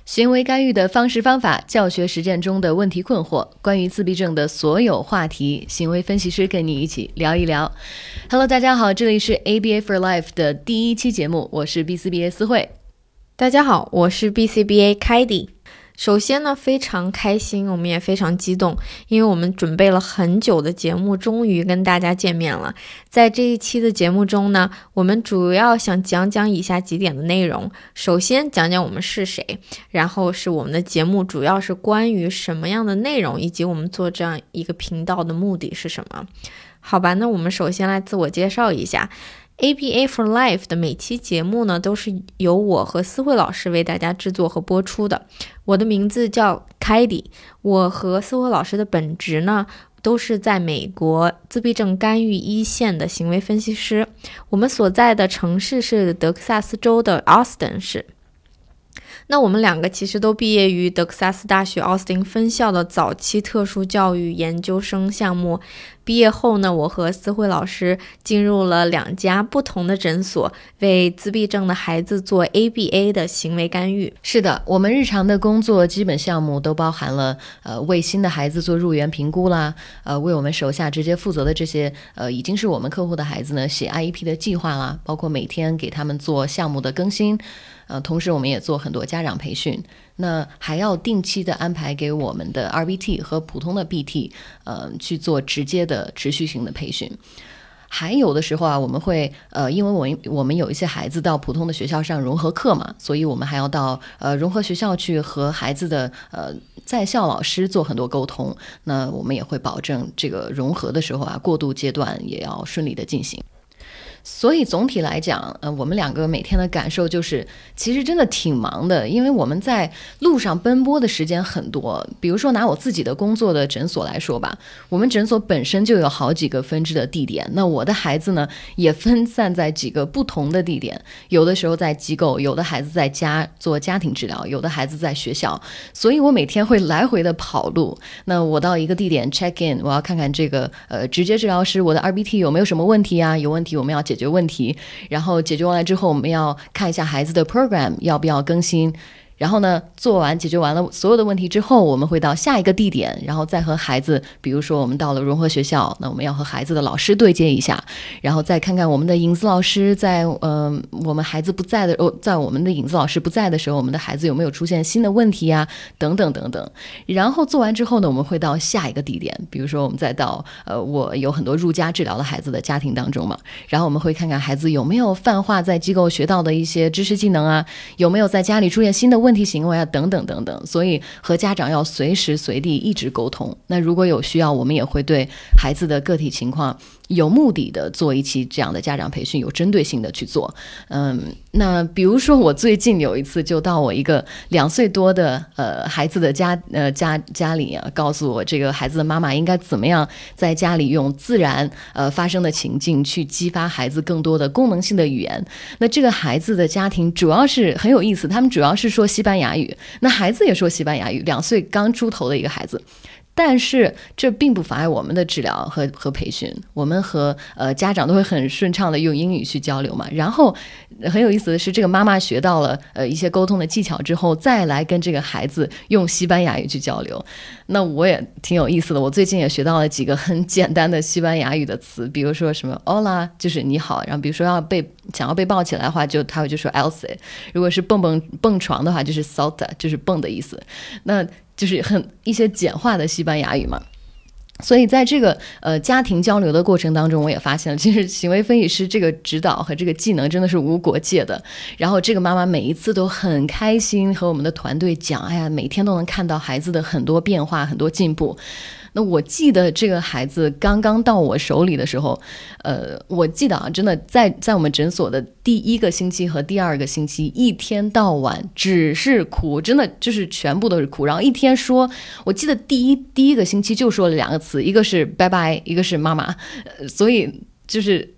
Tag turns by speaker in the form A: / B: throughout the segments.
A: 行为干预的方式方法，教学实践中的问题困惑，关于自闭症的所有话题，行为分析师跟你一起聊一聊。Hello， 大家好，这里是 ABA for Life 的第1期节目，我是 BCBA 思慧。
B: 大家好，我是 BCBA Kaidi。首先呢，非常开心，我们也非常激动，因为我们准备了很久的节目终于跟大家见面了。在这一期的节目中呢，我们主要想讲讲以下几点的内容。首先讲讲我们是谁，然后是我们的节目主要是关于什么样的内容，以及我们做这样一个频道的目的是什么。好吧，那我们首先来自我介绍一下。ABA for Life 的每期节目呢，都是由我和思慧老师为大家制作和播出的。我的名字叫 Kaidi， 我和思慧老师的本职呢，都是在美国自闭症干预一线的行为分析师。我们所在的城市是德克萨斯州的奥斯汀市。那我们两个其实都毕业于德克萨斯大学奥斯汀分校的早期特殊教育研究生项目。毕业后呢，我和思慧老师进入了2家不同的诊所，为自闭症的孩子做 ABA 的行为干预。
A: 是的，我们日常的工作基本项目都包含了为新的孩子做入园评估啦，为我们手下直接负责的这些已经是我们客户的孩子呢写 IEP 的计划啦，包括每天给他们做项目的更新。同时我们也做很多家长培训，那还要定期的安排给我们的 RBT 和普通的 BT 去做直接的持续性的培训。还有的时候啊，我们会因为我们有一些孩子到普通的学校上融合课嘛，所以我们还要到融合学校去和孩子的在校老师做很多沟通。那我们也会保证这个融合的时候啊，过渡阶段也要顺利的进行。所以总体来讲，我们两个每天的感受就是，其实真的挺忙的，因为我们在路上奔波的时间很多。比如说拿我自己的工作的诊所来说吧，我们诊所本身就有好几个分支的地点，那我的孩子呢也分散在几个不同的地点，有的时候在机构，有的孩子在家做家庭治疗，有的孩子在学校，所以我每天会来回的跑路。那我到一个地点 check in， 我要看看这个直接治疗师我的 RBT 有没有什么问题啊，有问题我们要解决问题，然后解决完了之后我们要看一下孩子的 program 要不要更新，然后呢解决完了所有的问题之后，我们会到下一个地点，然后再和孩子，比如说我们到了融合学校，那我们要和孩子的老师对接一下，然后再看看我们的影子老师在我们孩子不在的在我们的影子老师不在的时候，我们的孩子有没有出现新的问题啊，等等等等。然后做完之后呢，我们会到下一个地点，比如说我们再到我有很多入家治疗的孩子的家庭当中嘛，然后我们会看看孩子有没有泛化在机构学到的一些知识技能啊，有没有在家里出现新的问题行为啊，等等等等。所以和家长要随时随地一直沟通。那如果有需要，我们也会对孩子的个体情况有目的的做一期这样的家长培训，有针对性的去做。那比如说我最近有一次就到我一个2岁多的孩子的家里啊，告诉我这个孩子的妈妈应该怎么样在家里用自然发生的情境去激发孩子更多的功能性的语言。那这个孩子的家庭主要是很有意思，他们主要是说西班牙语，那孩子也说西班牙语，2岁刚出头的一个孩子。但是这并不妨碍我们的治疗和培训，我们和家长都会很顺畅的用英语去交流嘛。然后很有意思的是，这个妈妈学到了一些沟通的技巧之后，再来跟这个孩子用西班牙语去交流。那我也挺有意思的，我最近也学到了几个很简单的西班牙语的词，比如说什么 Hola 就是你好，然后比如说想要被抱起来的话，他会就说 Elsa， 如果是蹦床的话就是 Salta， 就是蹦的意思。那就是一些简化的西班牙语嘛。所以在这个家庭交流的过程当中，我也发现了其实行为分析师这个指导和这个技能真的是无国界的。然后这个妈妈每一次都很开心和我们的团队讲，哎呀，每天都能看到孩子的很多变化，很多进步。那我记得这个孩子刚刚到我手里的时候，我记得啊，真的在我们诊所的第1个星期和第2个星期，一天到晚只是哭，真的就是全部都是哭。然后一天说，我记得第一个星期就说了2个词，一个是拜拜，一个是妈妈，所以就是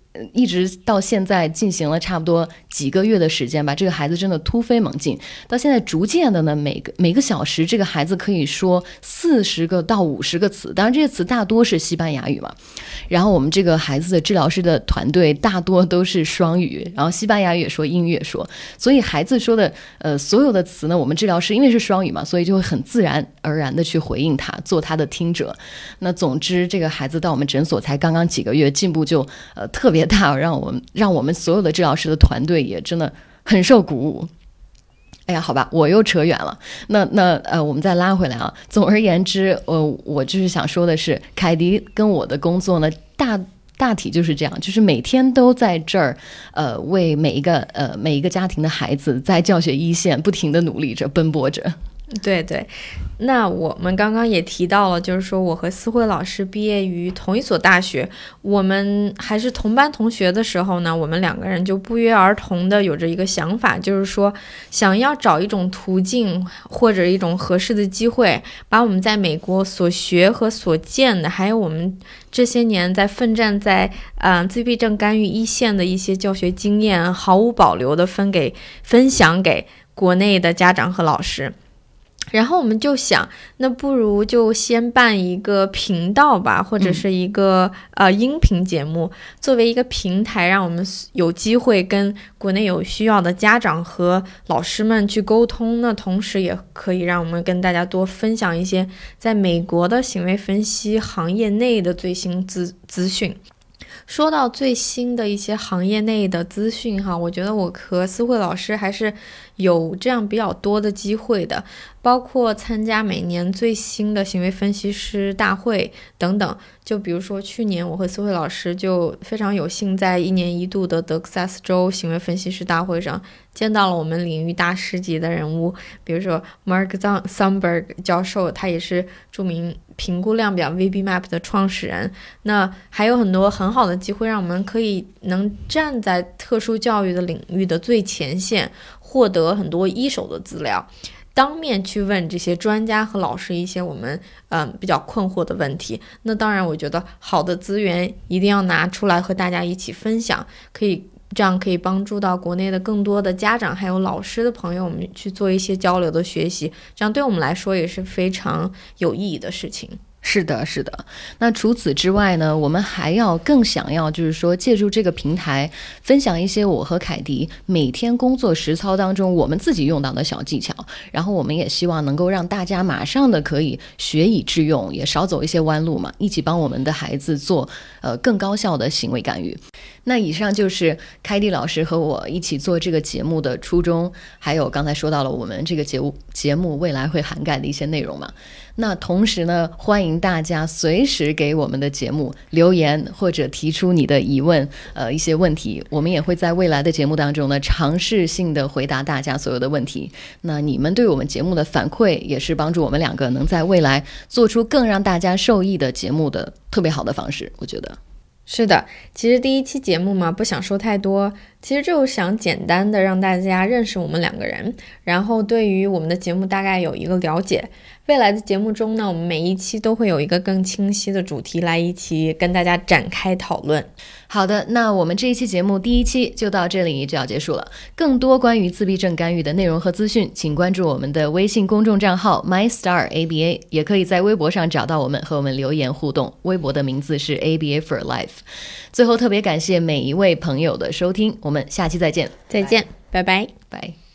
A: 一直到现在进行了差不多几个月的时间吧，这个孩子真的突飞猛进，到现在逐渐的呢，每个小时这个孩子可以说40个到50个词，当然这些词大多是西班牙语嘛。然后我们这个孩子的治疗师的团队大多都是双语，然后西班牙语也说，英语也说，所以孩子说的所有的词呢，我们治疗师因为是双语嘛，所以就会很自然而然的去回应他，做他的听者。那总之这个孩子到我们诊所才刚刚几个月，进步就特别大，让我们所有的治疗师的团队也真的很受鼓舞。哎呀，好吧，我又扯远了。我们再拉回来啊。总而言之，我就是想说的是，凯迪跟我的工作呢，大体就是这样，就是每天都在这儿，为每一个家庭的孩子在教学一线不停地努力着，奔波着。
B: 对对，那我们刚刚也提到了，就是说我和思慧老师毕业于同一所大学，我们还是同班同学的时候呢，我们两个人就不约而同的有着一个想法，就是说想要找一种途径或者一种合适的机会，把我们在美国所学和所见的，还有我们这些年在奋战在自闭症干预一线的一些教学经验，毫无保留的分享给国内的家长和老师。然后我们就想，那不如就先办一个频道吧，或者是一个音频节目，作为一个平台，让我们有机会跟国内有需要的家长和老师们去沟通。那同时也可以让我们跟大家多分享一些在美国的行为分析行业内的最新资讯。说到最新的一些行业内的资讯哈，我觉得我和思慧老师还是有这样比较多的机会的，包括参加每年最新的行为分析师大会等等。就比如说去年我和思慧老师就非常有幸在1年1度的德克萨斯州行为分析师大会上见到了我们领域大师级的人物，比如说 Mark Zumberg 教授，他也是著名评估量表 VB-MAP 的创始人。那还有很多很好的机会，让我们能站在特殊教育的领域的最前线，获得很多一手的资料，当面去问这些专家和老师一些我们比较困惑的问题。那当然我觉得好的资源一定要拿出来和大家一起分享，这样可以帮助到国内的更多的家长还有老师的朋友，我们去做一些交流的学习，这样对我们来说也是非常有意义的事情。
A: 是的，是的。那除此之外呢，我们还要更想要就是说借助这个平台分享一些我和凯迪每天工作实操当中我们自己用到的小技巧，然后我们也希望能够让大家马上的可以学以致用，也少走一些弯路嘛，一起帮我们的孩子做更高效的行为干预。那以上就是凯迪老师和我一起做这个节目的初衷，还有刚才说到了我们这个节目未来会涵盖的一些内容嘛。那同时呢，欢迎大家随时给我们的节目留言，或者提出你的疑问，一些问题，我们也会在未来的节目当中呢，尝试性的回答大家所有的问题。那你们对我们节目的反馈，也是帮助我们两个能在未来做出更让大家受益的节目的特别好的方式，我觉得。
B: 是的，其实第一期节目嘛，不想说太多，其实就想简单的让大家认识我们两个人，然后对于我们的节目大概有一个了解。未来的节目中呢，我们每一期都会有一个更清晰的主题来一起跟大家展开讨论。
A: 好的，那我们这一期节目第一期就到这里就要结束了。更多关于自闭症干预的内容和资讯，请关注我们的微信公众账号 MyStarABA， 也可以在微博上找到我们，和我们留言互动。微博的名字是 ABA for Life。最后特别感谢每一位朋友的收听，我们下期再见。
B: 再见，拜拜。
A: 拜。